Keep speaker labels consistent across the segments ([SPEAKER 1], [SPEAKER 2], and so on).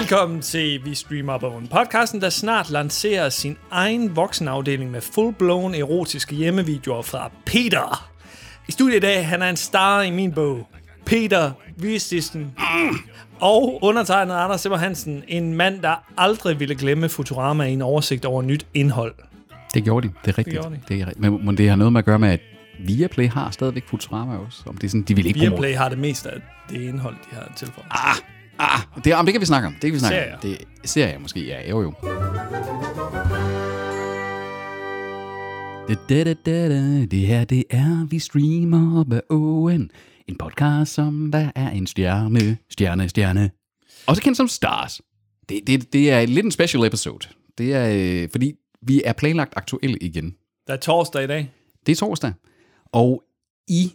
[SPEAKER 1] Velkommen til Vi Streamer Bogen, podcasten, der snart lancerer sin egen voksenafdeling med full-blown erotiske hjemmevideoer fra Peter. I studiet i dag, han er en star i min bog. Peter Vistisen. Og undertegnet Anders Simmer Hansen, en mand, der aldrig ville glemme Futurama i en oversigt over nyt indhold.
[SPEAKER 2] Det gjorde de, det er rigtigt. Det er rigtigt. Men det har noget med at gøre med, at Viaplay har stadigvæk Futurama også. Om det er sådan, de vil ikke
[SPEAKER 1] Viaplay har det meste af det indhold, de har tilføjet.
[SPEAKER 2] Det kan vi snakke om. Serier. Det serier måske, ja, jo. Det her, det er Vi Streamer Bogen. En podcast, som der er en stjerne. Også kendt som Stars. Det er lidt en special episode. Det er, fordi vi er planlagt aktuelle igen.
[SPEAKER 1] Der er torsdag i dag.
[SPEAKER 2] Det er torsdag. Og i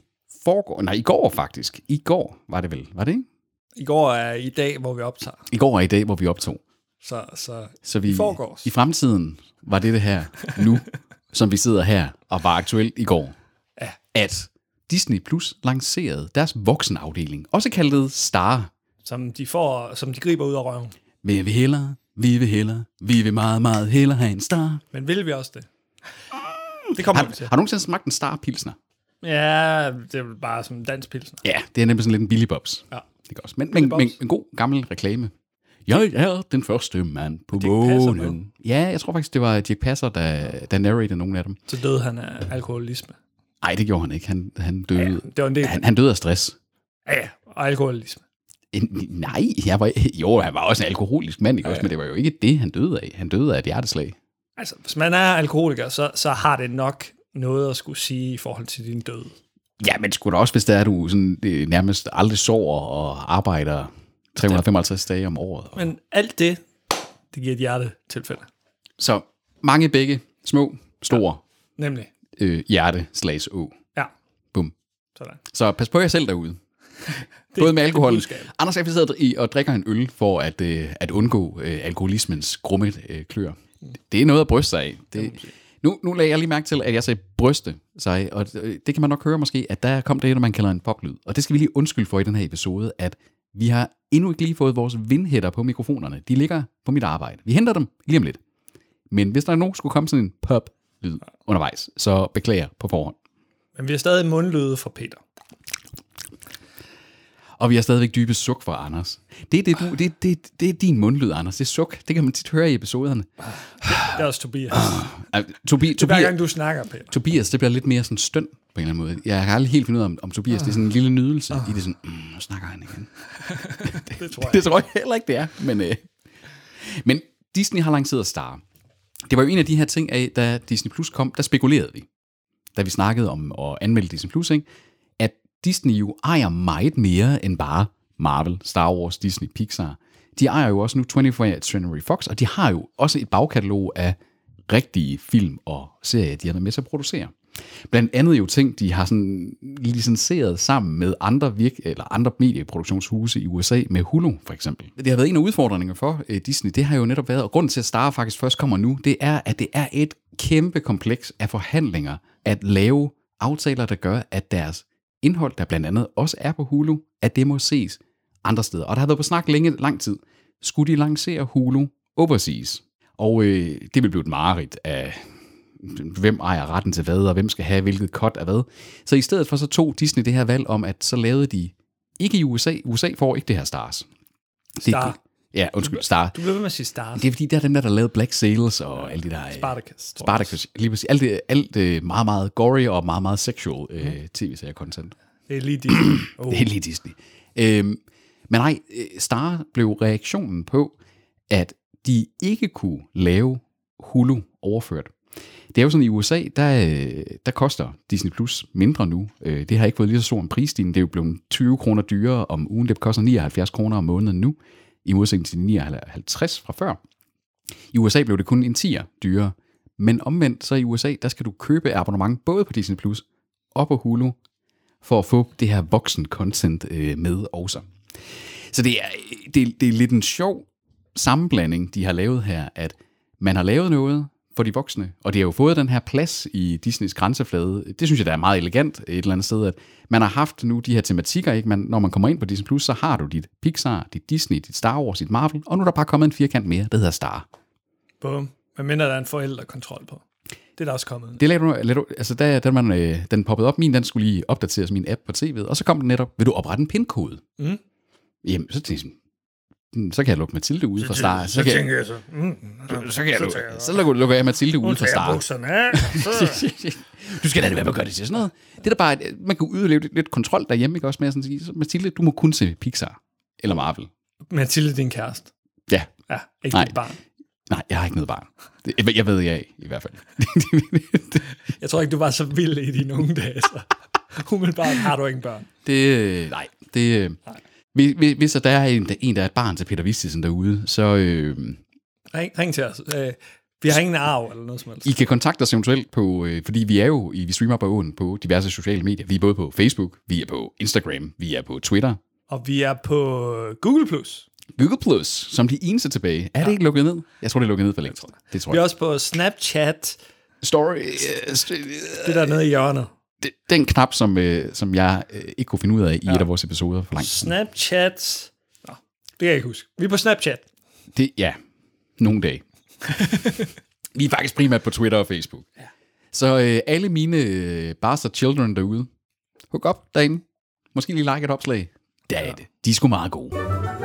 [SPEAKER 2] går faktisk. I går var det vel, var det ikke?
[SPEAKER 1] I går er i dag, hvor vi optager.
[SPEAKER 2] I går er i dag, hvor vi optog.
[SPEAKER 1] Så vi,
[SPEAKER 2] i fremtiden var det her nu, som vi sidder her og var aktuelt i går,
[SPEAKER 1] ja.
[SPEAKER 2] At Disney Plus lancerede deres voksenafdeling, også kaldet Star.
[SPEAKER 1] Som de griber ud af røven.
[SPEAKER 2] Vi vil hellere, vi vil meget, meget hellere have en Star.
[SPEAKER 1] Men vil vi også det? Det kommer vi til.
[SPEAKER 2] Har du nogensinde smagt en Star Pilsner?
[SPEAKER 1] Ja, det er bare som en dansk pilsner.
[SPEAKER 2] Ja, det er nemlig sådan lidt en Billy Bobs.
[SPEAKER 1] Ja.
[SPEAKER 2] Det også. Men en god gammel reklame. Jeg er den første mand på månen. Ja, jeg tror faktisk, det var Dirch Passer, der narrated nogle af dem.
[SPEAKER 1] Så døde han af alkoholisme?
[SPEAKER 2] Nej, det gjorde han ikke. Han døde,
[SPEAKER 1] ja, det var en del.
[SPEAKER 2] Han døde af stress.
[SPEAKER 1] Ja, og alkoholisme.
[SPEAKER 2] Nej, han var også en alkoholisk mand, ikke? Ja. Også, men det var jo ikke det, han døde af. Han døde af et hjerteslag.
[SPEAKER 1] Altså, hvis man er alkoholiker, så har det nok noget at skulle sige i forhold til din død.
[SPEAKER 2] Ja, men sgu da også, hvis det er, du sådan, nærmest aldrig sover og arbejder 355 dage om året.
[SPEAKER 1] Men alt det giver et hjertetilfælde.
[SPEAKER 2] Så mange begge, små, store.
[SPEAKER 1] Ja, nemlig.
[SPEAKER 2] Hjerte/å.
[SPEAKER 1] Ja.
[SPEAKER 2] Bum.
[SPEAKER 1] Sådan.
[SPEAKER 2] Så pas på jer selv derude. Både med alkohol. Anders er sidder og drikker en øl for at undgå alkoholismens grumme klør. Det er noget at bryste sig af. Nu lagde jeg lige mærke til, at jeg sagde bryste sig, og det kan man nok høre måske, at der kom det, man kalder en poplyd. Og det skal vi lige undskylde for i den her episode, at vi har endnu ikke lige fået vores vindhætter på mikrofonerne. De ligger på mit arbejde. Vi henter dem lige om lidt. Men hvis der er nogen skulle komme sådan en pop-lyd undervejs, så beklager på forhånd.
[SPEAKER 1] Men vi har stadig mundlyde fra Peter.
[SPEAKER 2] Og vi har stadigvæk dybe suk fra Anders. Det er din mundlyd, Anders. Det er suk. Det kan man tit høre i episoderne.
[SPEAKER 1] Det er også Tobias.
[SPEAKER 2] Hver
[SPEAKER 1] gang du snakker, Peter.
[SPEAKER 2] Tobias, det bliver lidt mere sådan støn på en eller anden måde. Jeg har aldrig helt fundet ud af, om Tobias det er sådan en lille nydelse i det sådan, nu snakker han igen. Det tror jeg heller ikke, det er. Men Disney har lanceret Star. Det var jo en af de her ting af, da Disney Plus kom, der spekulerede vi. Da vi snakkede om at anmelde Disney Plus, ikke? At Disney jo ejer meget mere end bare Marvel, Star Wars, Disney, Pixar. De ejer jo også nu 24th Century Fox, og de har jo også et bagkatalog af rigtige film og serier, de har været med til at producere. Blandt andet jo ting, de har sådan licenseret sammen med andre medieproduktionshuse i USA, med Hulu for eksempel. Det har været en af udfordringerne for Disney, det har jo netop været, og grunden til at Star faktisk først kommer nu, det er, at det er et kæmpe kompleks af forhandlinger at lave aftaler, der gør, at deres indhold, der blandt andet også er på Hulu, at det må ses andre steder. Og der har været på snak lang tid. Skulle de lancere Hulu overseas? Og det vil blive et mareridt af, hvem ejer retten til hvad, og hvem skal have hvilket cut af hvad. Så i stedet for så tog Disney det her valg om, at så lavede de ikke i USA. USA får ikke det her Stars.
[SPEAKER 1] Star.
[SPEAKER 2] Star.
[SPEAKER 1] Du bliver ved med at sige Stars.
[SPEAKER 2] Det er fordi, der er dem der lavede Black Sails og alle de der... Spartacus. Lige præcis. Alt meget, meget gory og meget, meget sexual tv-serie-content.
[SPEAKER 1] Det er lige Disney.
[SPEAKER 2] Det er lige Disney. Men nej, Star blev reaktionen på, at de ikke kunne lave Hulu overført. Det er jo sådan, i USA, der koster Disney Plus mindre nu. Det har ikke fået lige så stor en prisstigning. Det er jo blevet 20 kroner dyrere om ugen. Det koster 79 kroner om måneden nu, i modsætning til 59 fra før. I USA blev det kun en 10'er dyrere. Men omvendt, så i USA, der skal du købe abonnement både på Disney Plus og på Hulu, for at få det her voksen-content med også. Så det er lidt en sjov sammenblanding, de har lavet her, at man har lavet noget for de voksne, og det har jo fået den her plads i Disneys grænseflade. Det synes jeg, der er meget elegant et eller andet sted, at man har haft nu de her tematikker, ikke? Når man kommer ind på Disney+, så har du dit Pixar, dit Disney, dit Star Wars, dit Marvel, og nu er der bare kommet en firkant mere, der hedder Star.
[SPEAKER 1] Bum. Men mindre der er en forældrekontrol på. Det er der også kommet.
[SPEAKER 2] Det lader du, altså den poppede op, den skulle lige opdateres min app på tv'et, og så kom den netop, vil du oprette en pin-kode? Jamen, så tænkte jeg, så kan jeg lukke Mathilde ude fra Star. Så lukker jeg Mathilde ude fra Star. Du skal da være med at gøre det til sådan noget. Det er da bare, man kan udleve lidt kontrol derhjemme, ikke også med at sige, Mathilde, du må kun se Pixar eller Marvel.
[SPEAKER 1] Mathilde, din kæreste?
[SPEAKER 2] Ja.
[SPEAKER 1] Ja, ikke dit barn.
[SPEAKER 2] Nej, jeg har ikke noget barn. Jeg ved jeg i hvert fald.
[SPEAKER 1] Jeg tror ikke, du var så vild i dine unge dage, så umiddelbart har du ikke børn.
[SPEAKER 2] Hvis der er en, der er et barn til Peter Vistisen derude, så...
[SPEAKER 1] Ring til os. Vi har ingen arv eller noget som helst.
[SPEAKER 2] I kan kontakte os eventuelt på... fordi vi streamer på åen på diverse sociale medier. Vi er både på Facebook, vi er på Instagram, vi er på Twitter.
[SPEAKER 1] Og vi er på Google+.
[SPEAKER 2] Google+, som de eneste tilbage. Er det ikke lukket ned? Jeg tror, det er lukket ned for længst. Det tror jeg.
[SPEAKER 1] Vi er også på Snapchat.
[SPEAKER 2] Story.
[SPEAKER 1] Det der nede i hjørnet.
[SPEAKER 2] Den knap, som jeg ikke kunne finde ud af i et af vores episoder for langt.
[SPEAKER 1] Snapchat. Nå, det kan jeg ikke huske. Vi er på Snapchat.
[SPEAKER 2] Nogle dage. Vi er faktisk primært på Twitter og Facebook. Ja. Så alle mine bastard children derude, hook op derinde. Måske lige like et opslag. Det er det. De er sgu meget gode.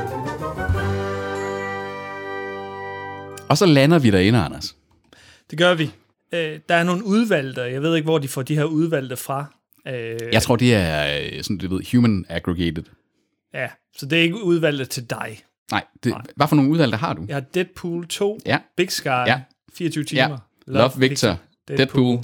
[SPEAKER 2] Og så lander vi derinde, Anders.
[SPEAKER 1] Det gør vi. Der er nogle udvalgte. Jeg ved ikke, hvor de får de her udvalgte fra.
[SPEAKER 2] Jeg tror, det er sådan, du ved, human aggregated.
[SPEAKER 1] Ja, så det er ikke udvalgte til dig.
[SPEAKER 2] Nej. Hvad for nogle udvalgte har du?
[SPEAKER 1] Jeg har Deadpool 2,
[SPEAKER 2] ja.
[SPEAKER 1] Big Sky, 24 timer.
[SPEAKER 2] Ja. Love Victor, Deadpool.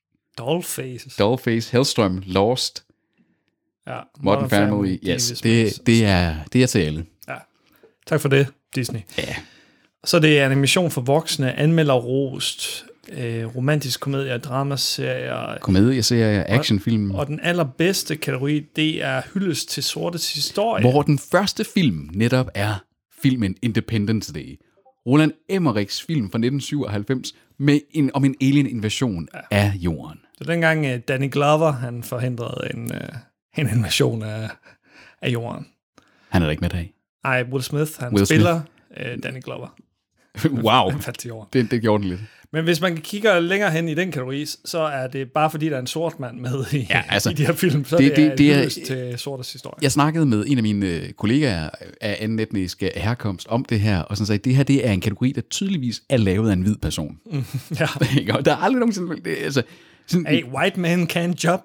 [SPEAKER 1] Dollface,
[SPEAKER 2] Hellstrøm, Lost, Modern Family. Yes, det er til alle.
[SPEAKER 1] Ja. Tak for det, Disney.
[SPEAKER 2] Ja.
[SPEAKER 1] Så det er animation for voksne, anmelderrost, romantisk komedie, dramaserier.
[SPEAKER 2] Komedieserier, actionfilm.
[SPEAKER 1] Og den allerbedste kategori, det er hyldest til sortes historie.
[SPEAKER 2] Hvor den første film netop er filmen Independence Day. Roland Emmerichs film fra 1997 om en alien-invasion af jorden.
[SPEAKER 1] Så dengang Danny Glover, han forhindrede en invasion af jorden.
[SPEAKER 2] Han er da ikke med dag.
[SPEAKER 1] Nej, Will Smith, han spiller Danny Glover.
[SPEAKER 2] Wow, det gjorde den lidt.
[SPEAKER 1] Men hvis man kigger længere hen i den kategori, så er det bare fordi, der er en sort mand med i de her film, så det er til sortes historie.
[SPEAKER 2] Jeg snakkede med en af mine kollegaer af anden etnisk herkomst om det her, og sådan sagde, det her det er en kategori, der tydeligvis er lavet af en hvid person.
[SPEAKER 1] Ja.
[SPEAKER 2] Der er aldrig nogensinde...
[SPEAKER 1] Hey, white man can't jump.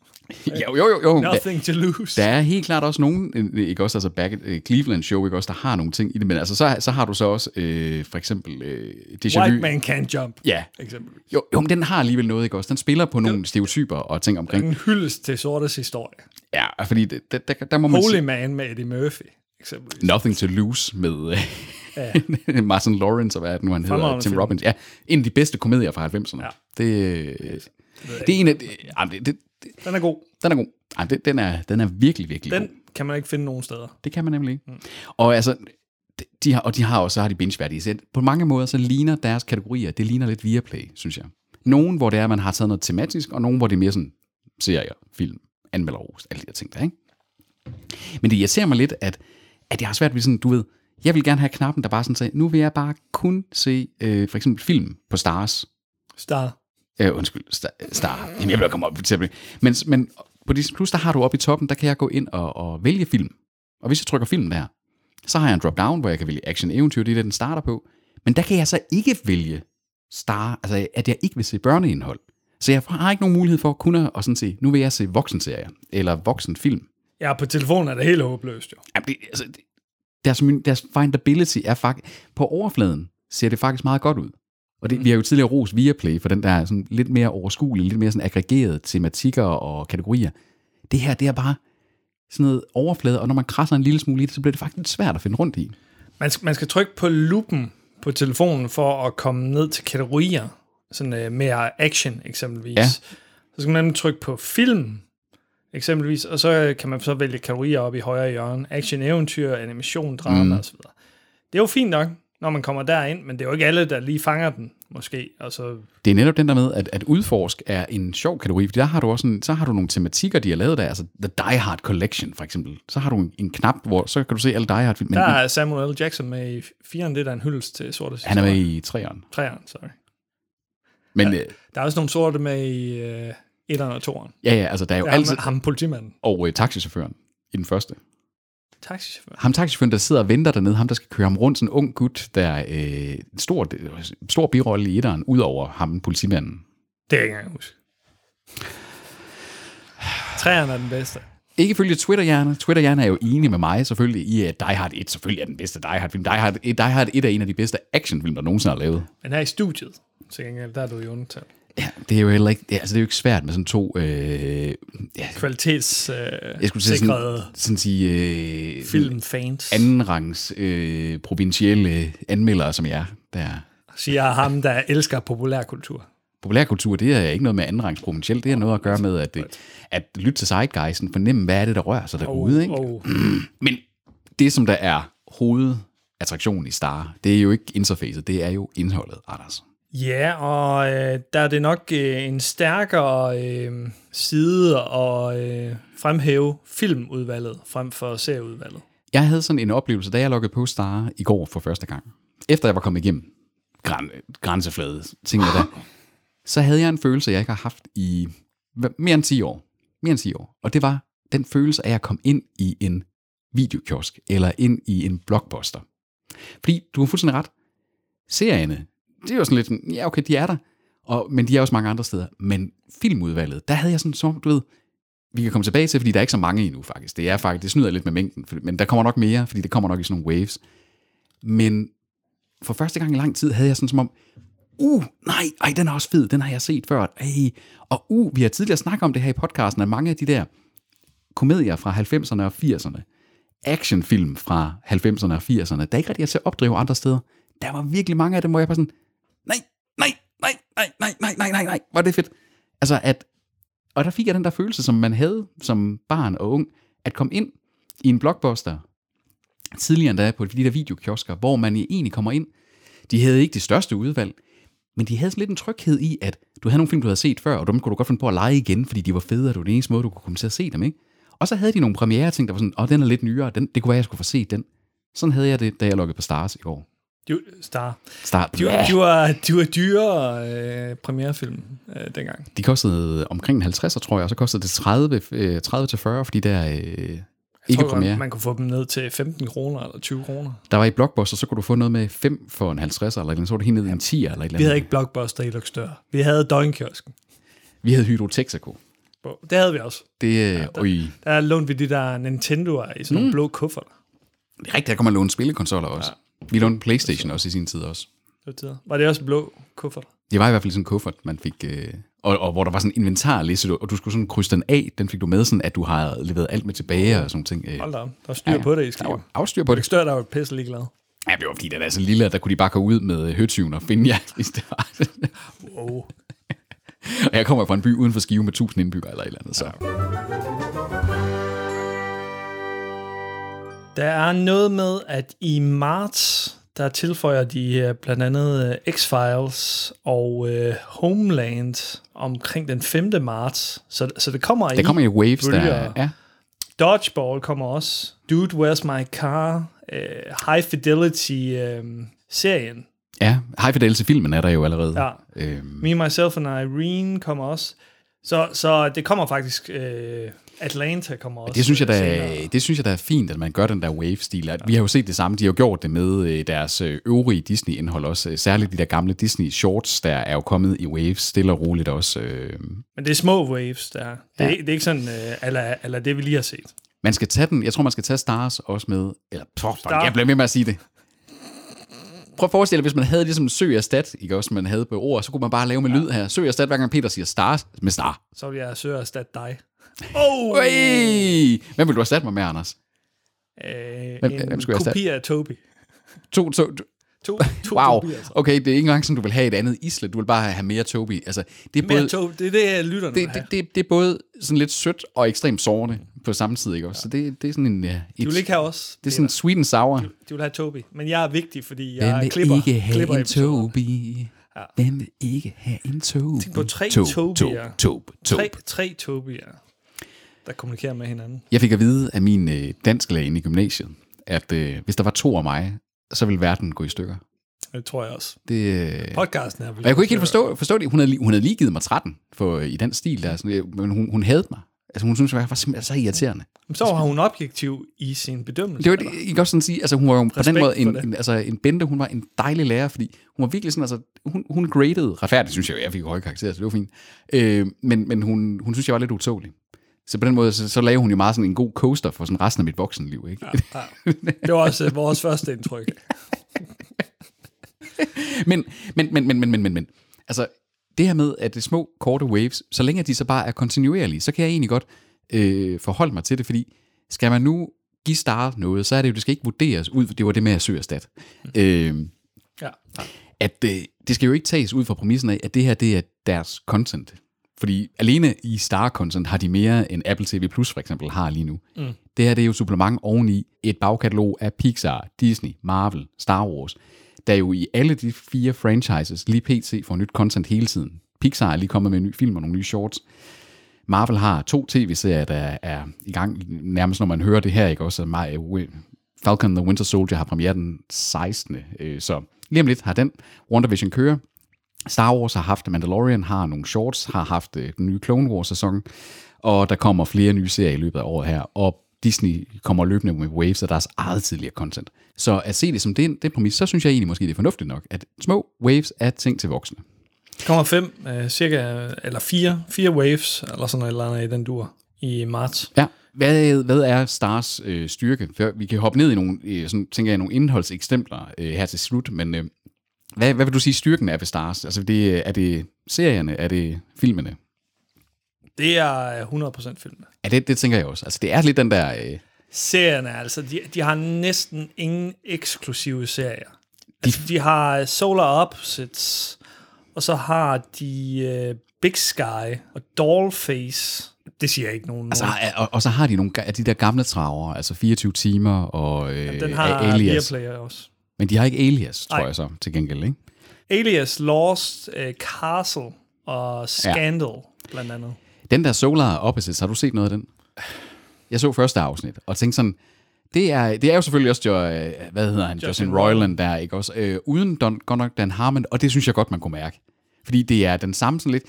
[SPEAKER 2] Jo.
[SPEAKER 1] Nothing to lose.
[SPEAKER 2] Der er helt klart også nogen, ikke også, altså Cleveland Show, ikke også, der har nogle ting i det, men altså så har du så også for eksempel Déjà Vu.
[SPEAKER 1] White man can't jump.
[SPEAKER 2] Ja.
[SPEAKER 1] Eksempelvis.
[SPEAKER 2] Jo, men den har alligevel noget, ikke også. Den spiller på nogle stereotyper og ting omkring.
[SPEAKER 1] En hyldest til sortes historie.
[SPEAKER 2] Ja, fordi der må man
[SPEAKER 1] Holy Man med Eddie Murphy, eksempelvis.
[SPEAKER 2] Nothing to lose med Martin Lawrence og hvad er det nu, han hedder, Tim Robbins. Ja, en af de bedste komedier fra 90'erne. Ja. Det er en af...
[SPEAKER 1] Den er god.
[SPEAKER 2] Ej, den er virkelig, virkelig god.
[SPEAKER 1] Den kan man ikke finde nogen steder.
[SPEAKER 2] Det kan man nemlig ikke. Og altså, de har binge-værdige. På mange måder, så ligner deres kategorier, det ligner lidt Viaplay, synes jeg. Nogen, hvor det er, man har taget noget tematisk, og nogen, hvor det er mere sådan serier, film, anmelderrost, alle de der ting der, ikke? Men det irriterer mig lidt, at jeg har svært ved sådan, du ved, jeg vil gerne have knappen, der bare sådan siger, nu vil jeg bare kun se for eksempel film på Star. Star. Jamen, jeg vil komme op til det. Men på Disney Plus, der har du oppe i toppen, der kan jeg gå ind og vælge film. Og hvis jeg trykker film der, så har jeg en drop-down, hvor jeg kan vælge action-eventyr, det er det, den starter på. Men der kan jeg så ikke vælge Star, altså at jeg ikke vil se børneindhold. Så jeg har ikke nogen mulighed for at kunne og sådan se, nu vil jeg se voksenserier, eller voksenfilm.
[SPEAKER 1] Ja, på telefonen er det helt håbløst, jo.
[SPEAKER 2] Jamen, deres findability er faktisk, på overfladen ser det faktisk meget godt ud. Og det, vi har jo tidligere rost Viaplay for den der sådan lidt mere overskuelige, lidt mere sådan aggregerede tematikker og kategorier. Det her, det er bare sådan noget overflade, og når man krasser en lille smule i det, så bliver det faktisk lidt svært at finde rundt i.
[SPEAKER 1] Man skal trykke på lupen på telefonen for at komme ned til kategorier, sådan mere action eksempelvis. Ja. Så skal man trykke på film eksempelvis, og så kan man så vælge kategorier op i højre hjørne. Action, eventyr, animation, drama osv. Det er jo fint nok. når man kommer derind, men det er jo ikke alle, der lige fanger den, måske. Altså,
[SPEAKER 2] det er netop den der med, at udforsk er en sjov kategori, for der har du også så har du nogle tematikker, de har lavet der, altså The Die Hard Collection, for eksempel. Så har du en knap, hvor så kan du se alle Die Hard film.
[SPEAKER 1] Der er Samuel L. Jackson med i 4'eren, det er der en hyldest til sorte.
[SPEAKER 2] Han er med i 3'eren.
[SPEAKER 1] 3'eren, sorry.
[SPEAKER 2] Men,
[SPEAKER 1] der er også nogle sorte med i 1'eren og 2'eren.
[SPEAKER 2] Ja, altså der er jo altid...
[SPEAKER 1] Ham politimanden.
[SPEAKER 2] Og taxichaufføren i den første.
[SPEAKER 1] Taxichaufføren?
[SPEAKER 2] Ham taxichaufføren, der sidder og venter dernede, ham der skal køre ham rundt, sådan en ung gut, der er stor birolle i 1'eren, ud over ham politimanden.
[SPEAKER 1] Det er ikke engang huske. 3'eren er den bedste.
[SPEAKER 2] Ikke ifølge Twitterhjerne. Twitterhjerne er jo enig med mig selvfølgelig i, at Die Hard 1 selvfølgelig er den bedste Die Hard-film. Die Hard 1 er en af de bedste actionfilm, der nogensinde har lavet.
[SPEAKER 1] Men her i studiet, så der er du jo undtaget.
[SPEAKER 2] Ja, det er jo heller ikke, det er jo ikke svært med sådan to
[SPEAKER 1] kvalitets
[SPEAKER 2] jeg skulle sådan sige
[SPEAKER 1] filmfans,
[SPEAKER 2] andenrangs provincielle anmeldere som jeg der
[SPEAKER 1] siger ham der elsker populærkultur.
[SPEAKER 2] Populærkultur, det er ikke noget med andenrangs provincielt, det er noget at gøre med at lytte til zeitgeisten, fornemme hvad er det der rører sig derude, ikke? Men det som der er hovedattraktionen i Star, det er jo ikke interfacet, det er jo indholdet, Anders.
[SPEAKER 1] Ja, og der er det nok en stærkere side at fremhæve filmudvalget frem for serieudvalget.
[SPEAKER 2] Jeg havde sådan en oplevelse, da jeg loggede på Star i går for første gang. Efter jeg var kommet igennem grænseflade, tingene der, så havde jeg en følelse, jeg ikke har haft i mere end 10 år. Mere end 10 år. Og det var den følelse af at komme ind i en videokiosk, eller ind i en blockbuster. Fordi du har fuldstændig ret. Serierne, det er jo sådan lidt sådan, ja okay, de er der, men de er også mange andre steder. Men filmudvalget, der havde jeg sådan, så du ved, vi kan komme tilbage til, fordi der er ikke så mange endnu faktisk. Det snyder lidt med mængden, men der kommer nok mere, fordi det kommer nok i sådan nogle waves. Men for første gang i lang tid havde jeg sådan som om, nej, den er også fed, den har jeg set før. Og vi har tidligere snakket om det her i podcasten, at mange af de der komedier fra 90'erne og 80'erne, actionfilm fra 90'erne og 80'erne, der ikke rigtig er til at opdrive andre steder. Der var virkelig mange af dem, hvor jeg bare sådan, nej, hvor er det fedt. Altså og der fik jeg den der følelse, som man havde som barn og ung, at komme ind i en blockbuster, tidligere endda på de der videokiosker, hvor man egentlig kommer ind. De havde ikke det største udvalg, men de havde sådan lidt en tryghed i, at du havde nogle film, du havde set før, og dem kunne du godt finde på at lege igen, fordi de var fede, og det var den eneste måde, du kunne komme til at se dem, ikke? Og så havde de nogle premiere-ting, der var sådan, den er lidt nyere, det kunne være, jeg skulle få set den. Sådan havde jeg det, da jeg loggede på Stars i går.
[SPEAKER 1] Star. De var dyre premierefilm dengang.
[SPEAKER 2] De kostede omkring 50, tror jeg, og så kostede det 30 til 40, fordi der ikke premiere.
[SPEAKER 1] Man kunne få dem ned til 15 kroner eller 20 kroner.
[SPEAKER 2] Der var i Blockbuster, så kunne du få noget med 5 for en 50 eller så var det helt ned i en 10 eller et eller andet.
[SPEAKER 1] Vi havde ikke Blockbuster i Luxdør. Vi havde døgnkiosken.
[SPEAKER 2] Vi havde Hydro Texaco.
[SPEAKER 1] Det havde vi også.
[SPEAKER 2] Der
[SPEAKER 1] lånte vi de der Nintendo'er i sådan nogle blå kufferter.
[SPEAKER 2] Det er rigtigt, der kunne man låne spillekonsoller også. Ja. Vi lånte PlayStation også i sin tid også.
[SPEAKER 1] Var det også blå kufferter?
[SPEAKER 2] Det var i hvert fald sådan en kuffert, man fik... Og hvor der var sådan en inventarliste, og du skulle sådan krydse den af, den fik du med, sådan at du har leveret alt med tilbage og sådan ting.
[SPEAKER 1] Hold da, der var styr på det i Skive.
[SPEAKER 2] Der var styr på det.
[SPEAKER 1] Stør, der var pisse ligeglad.
[SPEAKER 2] Ja, det var fordi, den er så lille, at der kunne de bare gå ud med høtyven og finde jer, hvis det var.
[SPEAKER 1] Wow.
[SPEAKER 2] Og jeg kommer fra en by uden for Skive med 1000 indbyggere eller et eller andet, så...
[SPEAKER 1] Der er noget med, at i marts, der tilføjer de blandt andet X-Files og Homeland omkring den 5. marts. Så det kommer
[SPEAKER 2] det kommer i waves, der ja.
[SPEAKER 1] Dodgeball kommer også. Dude, Where's My Car? High Fidelity-serien.
[SPEAKER 2] Ja, High Fidelity-filmen er der jo allerede.
[SPEAKER 1] Ja. Me, Myself and Irene kommer også. Så det kommer faktisk... Atlanta kommer også.
[SPEAKER 2] Det synes jeg da er fint, at man gør den der wave-stil. Ja. Vi har jo set det samme. De har jo gjort det med deres øvrige Disney-indhold også. Særligt de der gamle Disney-shorts, der er jo kommet i waves, stille og roligt også.
[SPEAKER 1] Men det er små waves, der. Det er ikke sådan, eller det vi lige har set.
[SPEAKER 2] Man skal tage den. Jeg tror, man skal tage Stars også med. Eller, jeg bliver med at sige det. Prøv at forestille dig, hvis man havde ligesom søg og stat, ikke også, man havde på ord, så kunne man bare lave med lyd her. Søg og stat, hver gang Peter siger Stars med Star.
[SPEAKER 1] Så vil jeg søg og stat dig.
[SPEAKER 2] Hvem vil du erstatte mig med, Anders?
[SPEAKER 1] Hvem skulle jeg erstatte? Kopi af Toby.
[SPEAKER 2] Wow,
[SPEAKER 1] Toby, altså.
[SPEAKER 2] okay, det er ikke engang sådan, du vil have et andet islet, du vil bare have mere Toby. Altså, det er både,
[SPEAKER 1] Toby, det er det, lytterne vil have.
[SPEAKER 2] Det er både sådan lidt sødt og ekstremt sårende på samme tid, ikke også? Så det er sådan en...
[SPEAKER 1] De vil ikke have os.
[SPEAKER 2] Det er sådan sweet and sour.
[SPEAKER 1] De vil have Toby, men jeg er vigtig, fordi
[SPEAKER 2] jeg
[SPEAKER 1] klipper.
[SPEAKER 2] Hvem vil ikke have en Toby?
[SPEAKER 1] Ja.
[SPEAKER 2] Hvem vil ikke have en Toby?
[SPEAKER 1] Tænk på tre Toby'er, der kommunikerer med hinanden.
[SPEAKER 2] Jeg fik at vide af min dansklærer inde i gymnasiet, at hvis der var 2 af mig, så ville verden gå i stykker.
[SPEAKER 1] Det tror jeg også.
[SPEAKER 2] Podcasten er. Og jeg kunne ikke helt forstå det. Hun havde lige givet mig 13 i den stil der. Sådan, men hun hadede mig. Altså hun synes, jeg var simpelthen så irriterende.
[SPEAKER 1] Så var hun objektiv i sin bedømmelse.
[SPEAKER 2] Det var det, jeg kan også sådan sige. Altså hun var jo på den måde en Bente. Hun var en dejlig lærer, fordi hun var virkelig sådan, altså hun gradede retfærdigt, synes jeg fik høje karakterer, så det var fint. Men hun synes, jeg var lidt utålig. Så på den måde, så lavede hun jo meget sådan en god coaster for sådan resten af mit voksenliv, ikke?
[SPEAKER 1] Ja. Det var også vores første indtryk.
[SPEAKER 2] men, altså, det her med, at det små, korte waves, så længe de så bare er kontinuerlige, så kan jeg egentlig godt forholde mig til det, fordi skal man nu give Star noget, så er det jo, det skal ikke vurderes ud, det var det med at søge erstat. At det skal jo ikke tages ud fra præmissen af, at det her, det er deres content. Fordi alene i Star-content har de mere end Apple TV Plus for eksempel har lige nu. Det her, det er jo supplement oveni et bagkatalog af Pixar, Disney, Marvel, Star Wars, der jo i alle de 4 franchises lige pt. Får nyt content hele tiden. Pixar er lige kommet med en ny film og nogle nye shorts. Marvel har 2 tv-serier, der er i gang, nærmest når man hører det her, ikke også? Falcon the Winter Soldier har premiere den 16. Så lige om lidt har den. WandaVision kører. Star Wars har haft Mandalorian, har nogle shorts, har haft den nye Clone Wars-sæson, og der kommer flere nye serier i løbet af året her, og Disney kommer løbende med waves af deres eget tidligere content. Så at se det som det præmis, så synes jeg egentlig måske, det er fornuftigt nok, at små waves er ting til voksne.
[SPEAKER 1] Kommer 5, cirka, eller 4 waves, eller sådan noget eller andet i den dur, i marts.
[SPEAKER 2] Ja. Hvad er Stars styrke? Vi kan hoppe ned i nogle, sådan, tænker jeg, nogle indholdseksempler her til slut, men hvad vil du sige styrken er ved Stars? Altså, er det serierne? Er det filmene?
[SPEAKER 1] Det er 100% filmene.
[SPEAKER 2] Ja, det tænker jeg også. Altså, det er lidt den der...
[SPEAKER 1] Serierne, altså, de har næsten ingen eksklusive serier. Altså, de har Solar Opposites, og så har de Big Sky og Dollface. Det siger ikke nogen. Altså,
[SPEAKER 2] og så har de nogle af de der gamle traver, altså 24 timer og
[SPEAKER 1] den har
[SPEAKER 2] Alias.
[SPEAKER 1] Viaplay også.
[SPEAKER 2] Men de har ikke Alias, tror jeg så, til gengæld, ikke?
[SPEAKER 1] Alias, Lost, Castle og Scandal, blandt andet.
[SPEAKER 2] Den der Solar Opposites, har du set noget af den? Jeg så første afsnit, og tænkte sådan, det er jo selvfølgelig også, Justin Roiland der, ikke også? Uden godt nok Dan Harmon, og det synes jeg godt, man kunne mærke. Fordi det er den samme sådan lidt...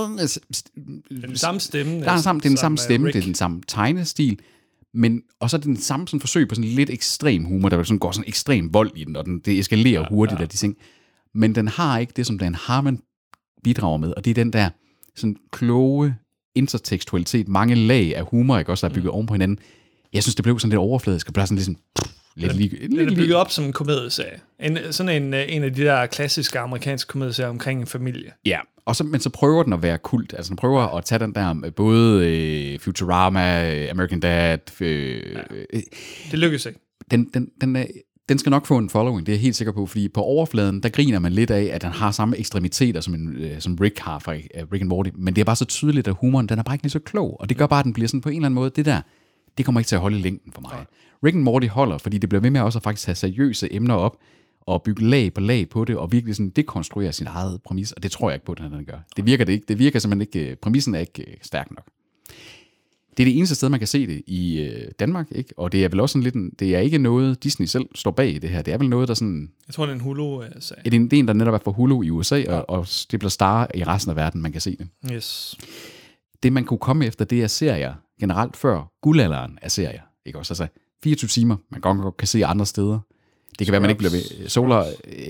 [SPEAKER 1] Den samme stemme.
[SPEAKER 2] Det er den samme stemme, det er den samme tegnestil, men også er det den samme sådan forsøg på sådan lidt ekstrem humor, der sådan går sådan ekstrem vold i den, og det eskalerer hurtigt af de ting. Men den har ikke det, som Dan Harmon bidrager med, og det er den der sådan kloge intertekstualitet, mange lag af humor, ikke også, der er bygget oven på hinanden. Jeg synes, det blev sådan lidt overfladisk, og blev sådan ligesom...
[SPEAKER 1] Den er bygget op som en komedieserie. En af de der klassiske amerikanske komedieserier omkring en familie.
[SPEAKER 2] Ja, men så prøver den at være kult. Altså den prøver at tage den der, både Futurama, American Dad... Det
[SPEAKER 1] lykkes ikke.
[SPEAKER 2] Den skal nok få en following, det er jeg helt sikker på, fordi på overfladen, der griner man lidt af, at den har samme ekstremiteter, som Rick har fra Rick and Morty, men det er bare så tydeligt, at humoren, den er bare ikke lige så klog, og det gør bare, at den bliver sådan på en eller anden måde, det kommer ikke til at holde i længden for mig. Ja. Rick and Morty holder, fordi det bliver ved med også at faktisk have seriøse emner op, og bygge lag på det, og virkelig sådan dekonstruere sin eget præmis, og det tror jeg ikke på, at den gør. Det virker det ikke. Det virker simpelthen ikke, præmissen er ikke stærk nok. Det er det eneste sted, man kan se det i Danmark, ikke? Og det er vel også sådan lidt det er ikke noget, Disney selv står bag i det her. Det er vel noget, der sådan...
[SPEAKER 1] Jeg tror, det er en Hulu-sag.
[SPEAKER 2] Det er en, der netop er for Hulu i USA, og det bliver Star i resten af verden, man kan se det.
[SPEAKER 1] Yes.
[SPEAKER 2] Det, man kunne komme efter, det er serier generelt før guldalderen af serier, ikke også? Altså 24 timer, man godt kan se andre steder. Det kan være, man ikke bliver ved. Solar,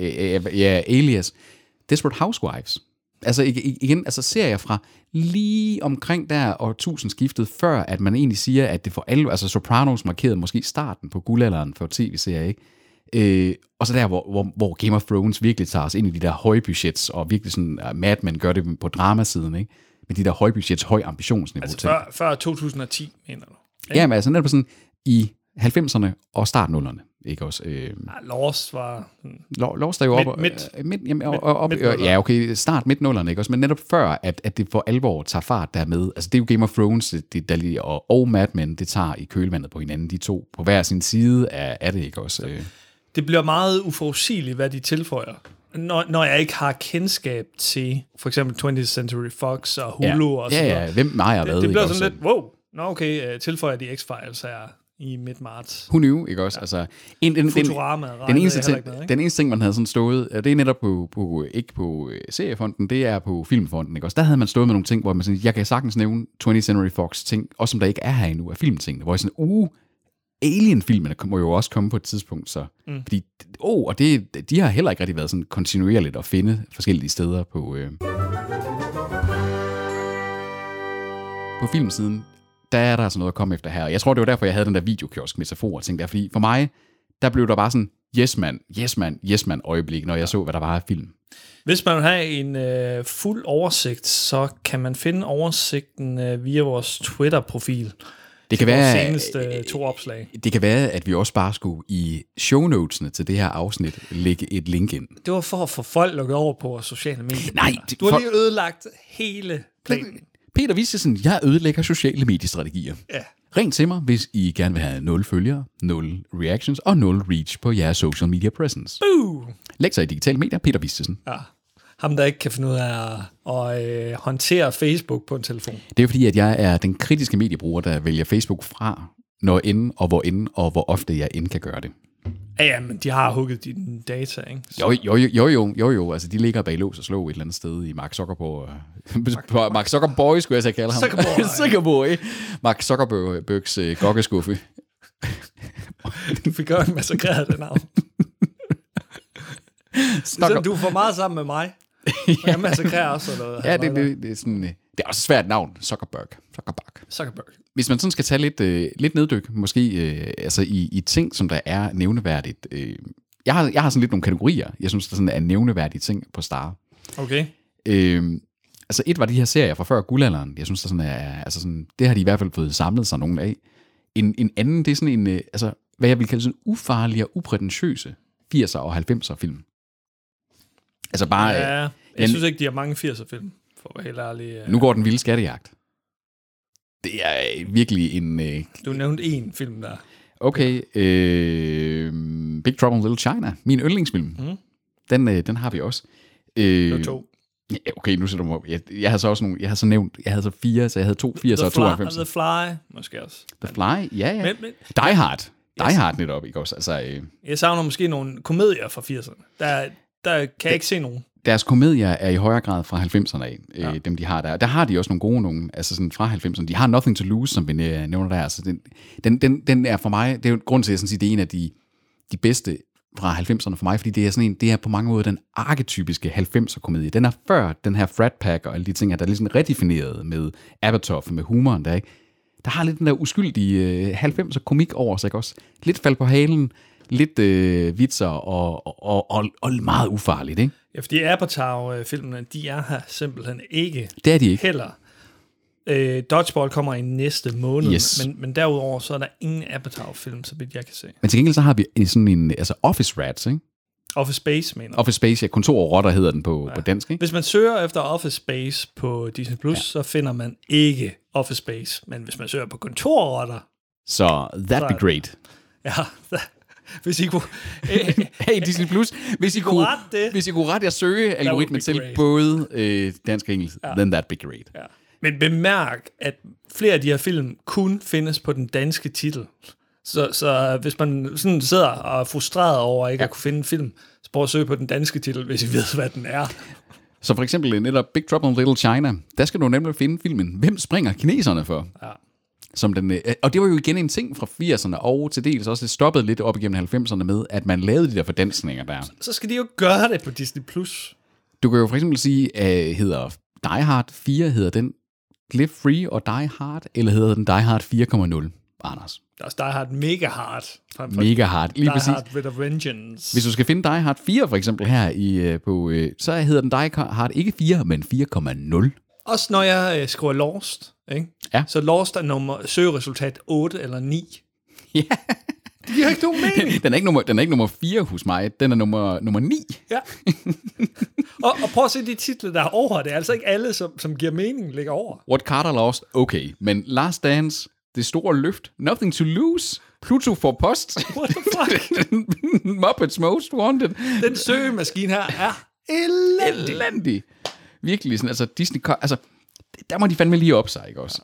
[SPEAKER 2] Alias. Desperate Housewives. Altså igen, altså serier fra lige omkring der og tusindskiftet, før at man egentlig siger, at det for alle, altså Sopranos markerede måske starten på guldalderen for tv-serier, ikke? Og så der, hvor Game of Thrones virkelig tager os ind i de der højbudgets, og virkelig sådan, Mad Men gør det på dramasiden, ikke? Med de der højbudgets, høj ambitionsniveau.
[SPEAKER 1] Altså før 2010, mener du?
[SPEAKER 2] Ja, men altså netop sådan i 90'erne og start 0'erne. ikke også?
[SPEAKER 1] Lost var...
[SPEAKER 2] Lost er jo start midt-nullerne, ikke også? Men netop før, at det for alvor tager fart dermed, altså det er jo Game of Thrones, og Mad Men, det tager i kølvandet på hinanden, de to, på hver sin side af det, ikke også?
[SPEAKER 1] Det bliver meget uforudsigeligt, hvad de tilføjer. Når jeg ikke har kendskab til, for eksempel 20th Century Fox og Hulu og sådan noget.
[SPEAKER 2] Hvem ejer hvad?
[SPEAKER 1] Det bliver sådan lidt, wow, okay, tilføjer de X-Files her i midt-marts.
[SPEAKER 2] Who knew, ikke også? Ja. Altså, den eneste ting, man havde sådan stået, og det er netop ikke på seriefonden, det er på filmfonden, ikke også? Der havde man stået med nogle ting, hvor man sådan, jeg kan sagtens nævne 20th Century Fox ting, også som der ikke er her endnu, af filmtingene, hvor jeg sådan, Alien-filmene må jo også komme på et tidspunkt, så. Fordi, og de har heller ikke rigtig været sådan kontinuerligt at finde forskellige steder på filmsiden. Der er der altså noget at komme efter her. Jeg tror, det var derfor, jeg havde den der videokiosk-metafor og tænkte der, fordi for mig, der blev der bare sådan, yes man øjeblik, når jeg så, hvad der var af film.
[SPEAKER 1] Hvis man vil have en fuld oversigt, så kan man finde oversigten via vores Twitter-profil.
[SPEAKER 2] Det kan være,
[SPEAKER 1] seneste 2 opslag.
[SPEAKER 2] Det kan være, at vi også bare skulle i shownotesene til det her afsnit lægge et link ind.
[SPEAKER 1] Det var for at få folk lukket over på sociale medier.
[SPEAKER 2] Nej.
[SPEAKER 1] Du har lige ødelagt hele planen.
[SPEAKER 2] Peter Vistesen, jeg ødelægger sociale mediestrategier.
[SPEAKER 1] Ja.
[SPEAKER 2] Ring til mig, hvis I gerne vil have 0 følgere, 0 reactions og 0 reach på jeres social media presence. Lektor i digitale medier, Peter Vistesen.
[SPEAKER 1] Ja. Ham, der ikke kan finde ud af at håndtere Facebook på en telefon.
[SPEAKER 2] Det er fordi, at jeg er den kritiske mediebruger, der vælger Facebook fra, når end og hvor ofte jeg end kan gøre det.
[SPEAKER 1] Ja, men de har hugget dine data, ikke?
[SPEAKER 2] Så. Jo. Altså, de ligger bag lås og slå et eller andet sted i Mark Zuckerberg. Mark Zuckerberg, skulle jeg så kalde ham. Zuckerberg. Mark Zuckerbergs gokkeskuffe.
[SPEAKER 1] Du fik godt massakreret det navn. Så du er for meget sammen med mig. Og jeg massakrerer også noget.
[SPEAKER 2] Ja, det er sådan... Det er også et svært navn. Zuckerberg. Hvis man sådan skal tage lidt neddyk, måske altså i ting, som der er nævneværdigt. Jeg har sådan lidt nogle kategorier, jeg synes, der sådan er nævneværdige ting på Star.
[SPEAKER 1] Okay.
[SPEAKER 2] Altså et var de her serier fra før guldalderen. Jeg synes, der sådan er... Altså sådan, det har de i hvert fald fået samlet sig nogle af. En anden, det er sådan en... altså, hvad jeg vil kalde sådan ufarlige og uprætentiøse 80'er og 90'er film. Altså bare...
[SPEAKER 1] Ja, jeg synes ikke, de har mange 80'er film, for at være helt ærlig.
[SPEAKER 2] Nu går den vilde skattejagt. Det er virkelig en...
[SPEAKER 1] Du nævnte en film der.
[SPEAKER 2] Okay. Big Trouble in Little China. Min yndlingsfilm. Den har vi også.
[SPEAKER 1] Det var 2.
[SPEAKER 2] Okay, nu sætter du mig op. Jeg havde så også nogle... Jeg havde så nævnt... Jeg havde så 4, så jeg havde 2 80'er og 92.
[SPEAKER 1] The Fly, måske også.
[SPEAKER 2] The Fly? Ja. Men, Die Hard. Die Hard netop, ikke også? Altså,
[SPEAKER 1] jeg savner måske nogle komedier fra 80'erne. Der kan jeg ikke se nogen.
[SPEAKER 2] Deres komedier er i højere grad fra 90'erne af, dem de har der. Der har de også nogle gode nogen, altså sådan fra 90'erne. De har Nothing to Lose, som vi nævner der. Altså den er for mig, det er jo grund til, at jeg siger, det er en af de bedste fra 90'erne for mig, fordi det er sådan en, det er på mange måder den arketypiske 90'er komedie. Den er før den her frat pack og alle de ting her, der er lidt sådan redefineret med Apatow, med humoren der, ikke? Der har lidt den der uskyldige 90'er komik over sig, ikke også? Lidt fald på halen, lidt vitser og meget ufarligt, ikke?
[SPEAKER 1] Ja, fordi Apatow-filmene, de er her simpelthen ikke.
[SPEAKER 2] Det er de ikke.
[SPEAKER 1] Heller. Dodgeball kommer i næste måned,
[SPEAKER 2] yes.
[SPEAKER 1] men derudover så er der ingen Apatow-film, så vidt jeg kan se.
[SPEAKER 2] Men til gengæld så har vi sådan en, altså Office Rats, ikke?
[SPEAKER 1] Office Space, mener du?
[SPEAKER 2] Office Space, ja, kontorrotter hedder den på dansk, ikke?
[SPEAKER 1] Hvis man søger efter Office Space på Disney+, så finder man ikke Office Space, men hvis man søger på kontorrotter...
[SPEAKER 2] Så that'd be great.
[SPEAKER 1] Ja, hvis I kunne...
[SPEAKER 2] hey Disney+, hvis I kunne rette jeres søgealgoritmen til både dansk og engelsk, then that'd be great.
[SPEAKER 1] Ja. Men bemærk, at flere af de her film kun findes på den danske titel. Så hvis man sådan sidder og er frustreret over ikke at kunne finde en film, så prøv at søge på den danske titel, hvis I ved, hvad den er.
[SPEAKER 2] Så for eksempel netop Big Trouble in Little China, der skal du nemlig finde filmen Hvem springer kineserne for? Ja. Som den, og det var jo igen en ting fra 80'erne, og til dels også det stoppede lidt op igennem 90'erne med, at man lavede de der fordansninger der.
[SPEAKER 1] Så skal de jo gøre det på Disney+.
[SPEAKER 2] Du kan jo for eksempel sige, hedder Die Hard 4, hedder den Live Free og Die Hard, eller hedder den Die Hard 4.0, Anders?
[SPEAKER 1] Der er også Die Hard Mega Hard.
[SPEAKER 2] Mega Hard, lige præcis.
[SPEAKER 1] Die Hard with a Vengeance.
[SPEAKER 2] Hvis du skal finde Die Hard 4 for eksempel her på, så hedder den Die Hard ikke 4, men 4.0.
[SPEAKER 1] Også når jeg skriver Lost, ikke?
[SPEAKER 2] Ja.
[SPEAKER 1] Så Lost er søgeresultat 8 eller 9.
[SPEAKER 2] Ja.
[SPEAKER 1] Det giver ikke nogen mening.
[SPEAKER 2] Den er ikke nummer 4 hos mig. Den er nummer 9.
[SPEAKER 1] Ja. og prøv at se de titler, der er over. Det er altså ikke alle, som giver mening, ligger over.
[SPEAKER 2] What Carter Lost, okay. Men Last Dance, Det Store Løft, Nothing to Lose, Pluto for Post.
[SPEAKER 1] What the fuck?
[SPEAKER 2] Muppets Most Wanted.
[SPEAKER 1] Den søgemaskine her er elendig.
[SPEAKER 2] Virkelig sådan, altså Disney, altså der må de fandme lige op sig, ikke også?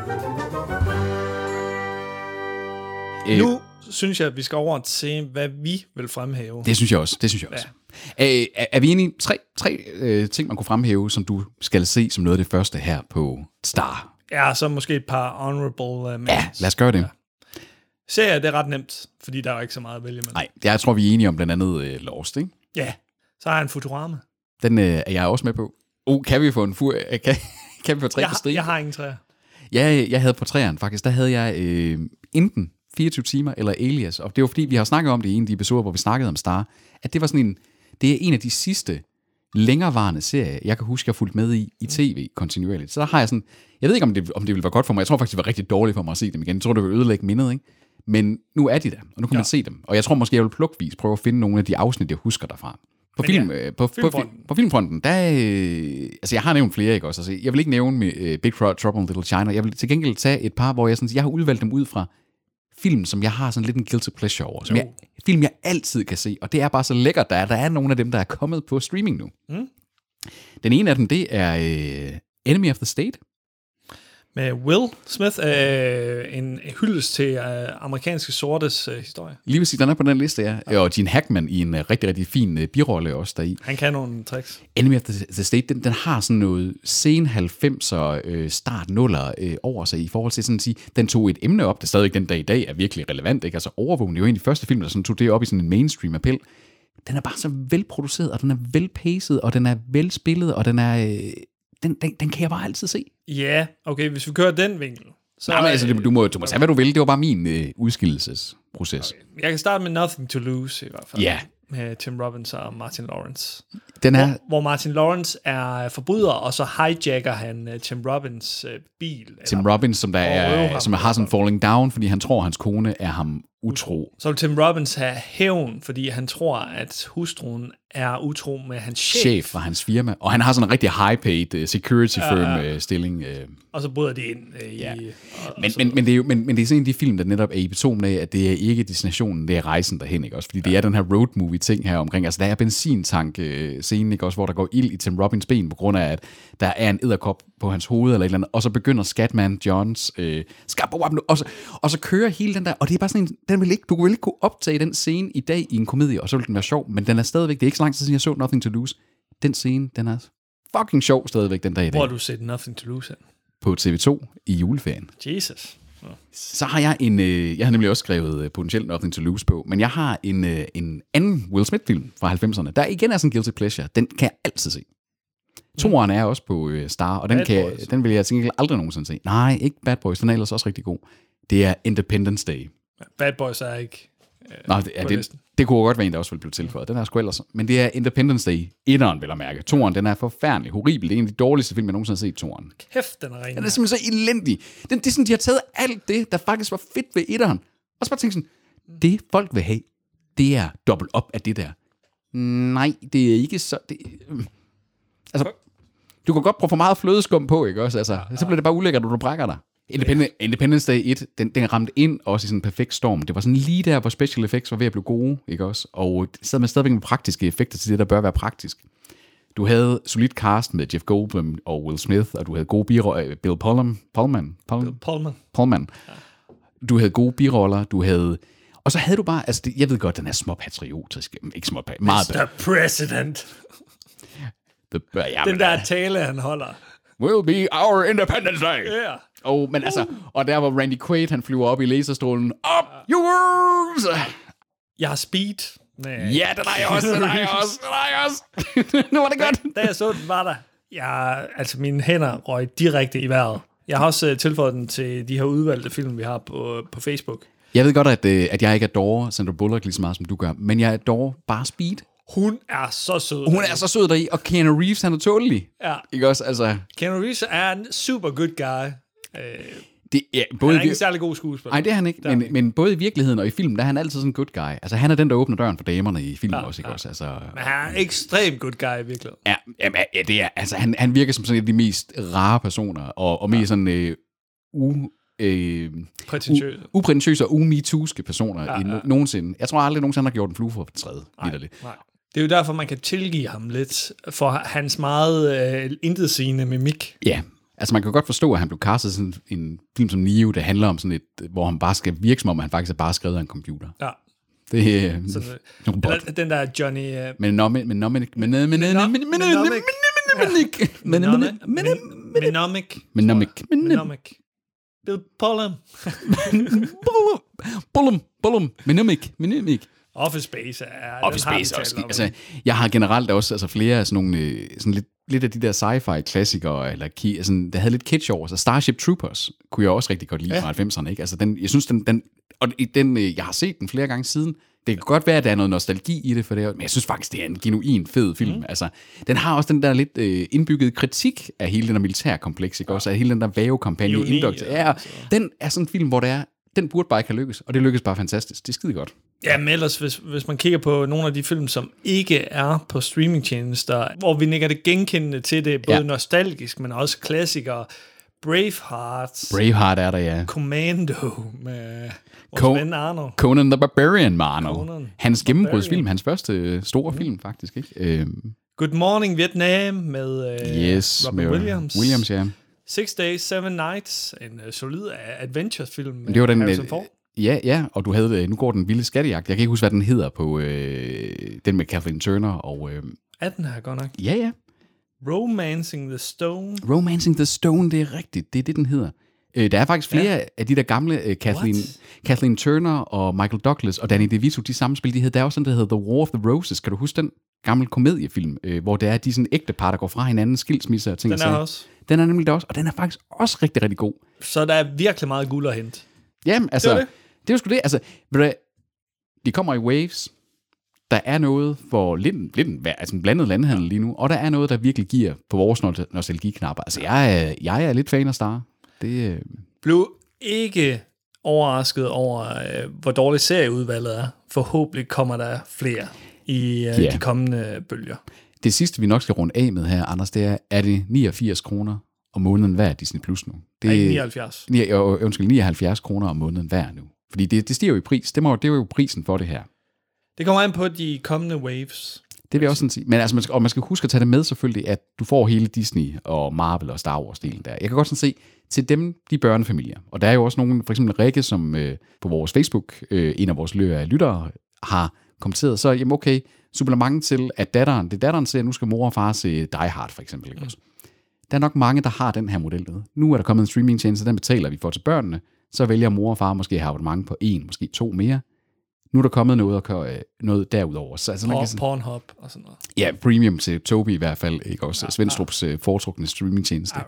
[SPEAKER 1] Nu synes jeg, at vi skal over til, hvad vi vil fremhæve.
[SPEAKER 2] Det synes jeg også. Ja. Er vi enige i tre ting, man kunne fremhæve, som du skal se som noget af det første her på Star?
[SPEAKER 1] Ja, så måske et par honorable mentions.
[SPEAKER 2] Ja, lad os gøre det. Ja.
[SPEAKER 1] Serier, det er ret nemt, fordi der er jo ikke så meget at vælge med.
[SPEAKER 2] Nej, jeg tror, vi er enige om blandt andet Lost, ikke?
[SPEAKER 1] Ja, så har jeg en Futurama.
[SPEAKER 2] Den er jeg også med på. Kan vi få en kan vi få 3 på strid?
[SPEAKER 1] Jeg har ingen træer.
[SPEAKER 2] Ja, jeg havde på 3'eren faktisk. Der havde jeg enten 24 timer eller Alias. Og det var fordi, vi har snakket om det i en af de episoder, hvor vi snakkede om Star, at det var sådan det er en af de sidste længerevarende serier, jeg kan huske, jeg har fulgt med i tv kontinuerligt. Så der har jeg sådan, jeg ved ikke, om det ville være godt for mig. Jeg tror faktisk, det var rigtig dårligt for mig at se dem igen. Jeg tror, det ville ødelægge mindet, ikke? Men nu er de der, og nu kan man se dem. Og jeg tror måske, jeg vil plukvis prøve at finde nogle af de afsnit, jeg husker derfra. På filmfronten, der altså jeg har nævnt flere, ikke også? Altså, jeg vil ikke nævne Big Trouble in Little China. Jeg vil til gengæld tage et par, hvor jeg har udvalgt dem ud fra film, som jeg har sådan lidt en guilty pleasure over. Film, jeg altid kan se, og det er bare så lækkert, der er nogle af dem, der er kommet på streaming nu. Den ene af dem, det er Enemy of the State.
[SPEAKER 1] Med Will Smith, en hyldest til amerikanske sortes historie.
[SPEAKER 2] Lige vil sige, den er på den liste, ja. Og Gene Hackman i en rigtig, rigtig fin birolle også deri.
[SPEAKER 1] Han kan nogle tricks.
[SPEAKER 2] Enemy of the State, den har sådan noget sen 90'er, start 0'er over sig i forhold til sådan at sige, den tog et emne op, der stadig den dag i dag er virkelig relevant, ikke? Altså Overvågning er jo en af de første film, der sådan tog det op i sådan en mainstream appel. Den er bare så velproduceret, og den er velpaced, og den er velspillet, og den er... Den kan jeg bare altid se.
[SPEAKER 1] Ja, okay, hvis vi kører den vinkel. Så
[SPEAKER 2] nej, men altså, du må tage, hvad du vil. Det var bare min udskillelsesproces. Okay.
[SPEAKER 1] Jeg kan starte med Nothing to Lose, i hvert fald.
[SPEAKER 2] Ja.
[SPEAKER 1] Med Tim Robbins og Martin Lawrence.
[SPEAKER 2] Den er...
[SPEAKER 1] Hvor Martin Lawrence er forbryder, og så hijacker han Tim Robbins bil.
[SPEAKER 2] Tim Robbins, som har sådan falling down, fordi han tror, hans kone er ham utro.
[SPEAKER 1] Så vil Tim Robbins have hævn, fordi han tror, at hustruen er utro med hans chef
[SPEAKER 2] for hans firma. Og han har sådan en rigtig high-paid security firm stilling.
[SPEAKER 1] Og så bryder de ind i...
[SPEAKER 2] Ja. Men det er sådan en af de film, der netop er i betonen af, at det er ikke destinationen, det er rejsen derhen, ikke også? Fordi det er den her road movie ting her omkring. Altså der er benzintank scenen, ikke også, hvor der går ild i Tim Robbins ben, på grund af, at der er en edderkop på hans hoved eller et eller andet, og så begynder Scatman Johns og så kører hele den der, og det er bare sådan en, du vil ikke kunne optage den scene i dag i en komedie, og så vil den være sjov, men den er stadigvæk, det er ikke så lang tid siden, jeg så Nothing to Lose. Den scene, den er fucking sjov stadigvæk den dag i dag.
[SPEAKER 1] Hvor har du set Nothing to Lose hen?
[SPEAKER 2] På TV2 i juleferien.
[SPEAKER 1] Jesus.
[SPEAKER 2] Så har jeg jeg har nemlig også skrevet potentielt Nothing to Lose på, men jeg har en anden Will Smith-film fra 90'erne, der igen er sådan en guilty pleasure. Den kan jeg altid se. Toeren er også på Star, og den vil jeg tænke aldrig nogensinde se. Nej, ikke Bad Boys, den er ellers også rigtig god. Det er Independence Day.
[SPEAKER 1] Ja, Bad Boys er ikke
[SPEAKER 2] det kunne godt være en, der også ville blive tilføjet. Den er sgu ellers. Men det er Independence Day. Etteren, vil jeg mærke. Toeren, den er forfærdelig, horribel. Det er en af de dårligste film, jeg nogensinde har set, toeren.
[SPEAKER 1] Kæft, den er ren.
[SPEAKER 2] Den er simpelthen så elendig. Det er sådan, de har taget alt det, der faktisk var fedt ved etteren. Og så bare tænkt sådan, det folk vil have, det er dobbelt op af det der. Nej, det er ikke så... Altså, du kan godt prøve for meget flødeskum på, ikke også? Altså, så bliver det bare ulækkert, når du brækker dig. Independence Day 1, den ramte ind også i sådan en perfekt storm. Det var sådan lige der, hvor special effects var ved at blive gode, ikke også? Og sad med stadigvæk med praktiske effekter til det, der bør være praktisk. Du havde solid cast med Jeff Goldblum og Will Smith, og du havde gode biroller, Bill Pullman. Du havde gode biroller, og så havde du bare, altså jeg ved godt, den er småpatriotisk, ikke meget
[SPEAKER 1] Mr. President. Den der tale, han holder.
[SPEAKER 2] Will be our Independence Day.
[SPEAKER 1] Yeah.
[SPEAKER 2] Men altså, og der var Randy Quaid, han flyver op i laserstrålen. Up yours!
[SPEAKER 1] Jeg har Speed.
[SPEAKER 2] Ja, den har jeg også. Nu var det godt.
[SPEAKER 1] Da jeg så den, var der. Altså, mine hænder røg direkte i vejret. Jeg har også tilføjet den til de her udvalgte film, vi har på Facebook.
[SPEAKER 2] Jeg ved godt, at jeg ikke adorer Sandra Bullock lige så meget, som du gør, men jeg adorer bare Speed.
[SPEAKER 1] Hun er så sød.
[SPEAKER 2] Hun er så sød deri, og Keanu Reeves, han er tålelig.
[SPEAKER 1] Ja.
[SPEAKER 2] Ikke også, altså...
[SPEAKER 1] Keanu Reeves er en super good guy.
[SPEAKER 2] Det er
[SPEAKER 1] både han er ikke en særlig god skuespiller.
[SPEAKER 2] Nej, det er han ikke. Men både i virkeligheden og i filmen, der er han altid sådan en good guy. Altså, han er den, der åbner døren for damerne i filmen også, ikke også? Altså,
[SPEAKER 1] men han er ekstremt good guy i virkeligheden.
[SPEAKER 2] Ja, det er, altså, han virker som sådan en af de mest rare personer, og mest sådan uprætentiøse og umitouske personer nogensinde. Jeg tror aldrig nogensinde har gjort en flue for træde.
[SPEAKER 1] Nej. Det er jo derfor, man kan tilgive ham lidt for hans meget intetsigende mimik.
[SPEAKER 2] Ja, altså man kan godt forstå, at han blev castet sådan en film som Neo, der handler om sådan et, hvor han bare skal virke som om, han faktisk er bare skrevet af en computer.
[SPEAKER 1] Ja.
[SPEAKER 2] Det er
[SPEAKER 1] den der Johnny... Menomic. Bill Pullum.
[SPEAKER 2] Menomic.
[SPEAKER 1] Office Space er...
[SPEAKER 2] Office Space også. Altså, jeg har generelt også flere sådan nogle... Sådan lidt af de der sci-fi klassikere, eller sådan, der havde lidt kitsch over. Så Starship Troopers kunne jeg også rigtig godt lide fra 90'erne, ikke? Altså, jeg synes, jeg har set den flere gange siden. Det kan godt være, at der er noget nostalgi i det, for det, men jeg synes faktisk, det er en genuin fed film. Altså, den har også den der lidt indbygget kritik af hele den der militærkompleks, ikke? Også af hele den der vævekampagne. Den er sådan en film, hvor den burde bare ikke have lykkes, og det lykkes bare fantastisk. Det er skide godt.
[SPEAKER 1] Ja, men ellers, hvis man kigger på nogle af de film, som ikke er på streamingtjenester, hvor vi nikker det genkendende til det, både nostalgisk, men også klassikere. Braveheart
[SPEAKER 2] er der, ja.
[SPEAKER 1] Commando med vores ven Arno.
[SPEAKER 2] Conan the Barbarian med Arno. Hans gennembrudsfilm, hans første store film, faktisk, ikke?
[SPEAKER 1] Good Morning Vietnam med Robin Williams.
[SPEAKER 2] Ja.
[SPEAKER 1] 6 Days, 7 Nights, en solid adventure-film.
[SPEAKER 2] Det var den... Ja, og du havde nu går den vilde skattejagt. Jeg kan ikke huske, hvad den hedder på den med Kathleen Turner og...
[SPEAKER 1] Er den her godt nok?
[SPEAKER 2] Ja.
[SPEAKER 1] Romancing the Stone.
[SPEAKER 2] Romancing the Stone, det er rigtigt. Det er det, den hedder. Der er faktisk flere af de der gamle Kathleen Turner og Michael Douglas og Danny DeVito, de samspil, de hed. Der er også sådan, der hedder The War of the Roses. Kan du huske den gamle komediefilm, hvor der er de sådan ægte par, der går fra hinanden, skilsmisser og ting.
[SPEAKER 1] Den er også.
[SPEAKER 2] Den er nemlig der også, og den er faktisk også rigtig, rigtig god.
[SPEAKER 1] Så der er virkelig meget guld at hente.
[SPEAKER 2] Jamen, altså, det er jo sgu det. Altså, de kommer i waves. Der er noget for lidt en blandet landhandel lige nu, og der er noget, der virkelig giver på vores nostalgiknapper. Altså, jeg er lidt fan af Star. Det
[SPEAKER 1] blev ikke overrasket over, hvor dårligt serieudvalget er. Forhåbentlig kommer der flere i de kommende bølger.
[SPEAKER 2] Det sidste, vi nok skal runde af med her, Anders, det er det 89 kroner om måneden hver Disney Plus nu?
[SPEAKER 1] Det er 79.
[SPEAKER 2] 79 kroner om måneden hver nu. Fordi det stiger jo i pris. Det er jo prisen for det her.
[SPEAKER 1] Det kommer an på de kommende waves.
[SPEAKER 2] Det vil jeg også sådan sige. Men altså, man skal huske at tage det med selvfølgelig, at du får hele Disney og Marvel og Star Wars-delen der. Jeg kan godt sådan se, til dem, de børnefamilier. Og der er jo også nogen, for eksempel Rikke, som på vores Facebook, en af vores lyttere, har kommenteret. Så jamen okay, supplement til, at datteren ser, at nu skal mor og far se Die Hard, for eksempel. Ikke også? Der er nok mange, der har den her model med. Nu er der kommet en streamingtjeneste, den betaler vi for til børnene. Så vælger mor og far måske at have abonnement på 1, måske 2 mere. Nu er der kommet noget derudover. Så, altså, man kan
[SPEAKER 1] Pornhub og sådan noget.
[SPEAKER 2] Ja, premium til Tobi i hvert fald. Ikke også? Svendstrups foretrukne streamingtjeneste.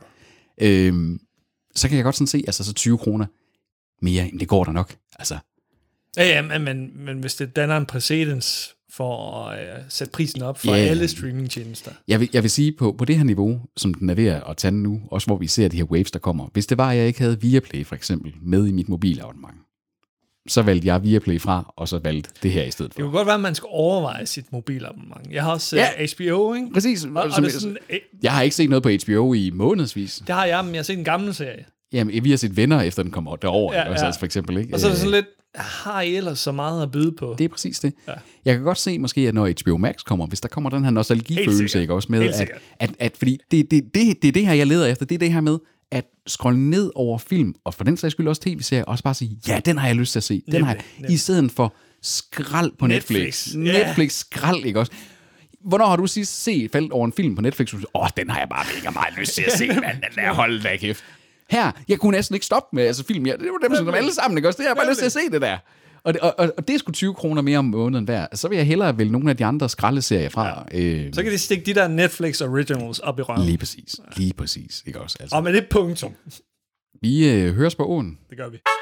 [SPEAKER 2] Så kan jeg godt sådan se, altså så 20 kroner mere, jamen det går der nok. Altså.
[SPEAKER 1] Ja, men hvis det danner en præcedens for at sætte prisen op for alle streamingtjenester.
[SPEAKER 2] Jeg vil sige, på det her niveau, som den er ved at tage nu, også hvor vi ser de her waves, der kommer. Hvis det var, at jeg ikke havde Viaplay for eksempel med i mit mobilabonnement, så valgte jeg Viaplay fra, og så valgte det her i stedet for.
[SPEAKER 1] Det kunne godt være, at man skal overveje sit mobilabonnement. Jeg har også HBO, ikke?
[SPEAKER 2] Præcis. Jeg har ikke set noget på HBO i månedsvis.
[SPEAKER 1] Det har jeg, men jeg har set en gammel serie.
[SPEAKER 2] Jamen, vi har set Venner, efter den kommer derover, også, for eksempel. Ikke?
[SPEAKER 1] Og så er det sådan lidt, har I ellers så meget at byde på?
[SPEAKER 2] Det er præcis det. Ja. Jeg kan godt se måske, at når HBO Max kommer, hvis der kommer den her nostalgifølelse, ikke også med, at fordi det er det her, jeg leder efter, det er det her med, at scrolle ned over film, og for den sags skyld også tv-serier, og også bare sige, ja, den har jeg lyst til at se. Den har jeg, i stedet for skrald på Netflix. Netflix skrald, ikke også? Hvornår har du sidst faldt over en film på Netflix, og den har jeg bare mega meget lyst til at se, men den der hold da kæft. Her, jeg kunne næsten ikke stoppe med film. Det var dem, som alle sammen, ikke også? Det har jeg bare lyst til at se det der. Og det er sgu 20 kroner mere om måneden hver. Så vil jeg hellere vælge nogle af de andre skraldeserier fra.
[SPEAKER 1] Så kan de stikke de der Netflix Originals op i røven.
[SPEAKER 2] Lige præcis. Ikke også? Altså.
[SPEAKER 1] Og med det punktum.
[SPEAKER 2] Vi høres på åen.
[SPEAKER 1] Det gør vi.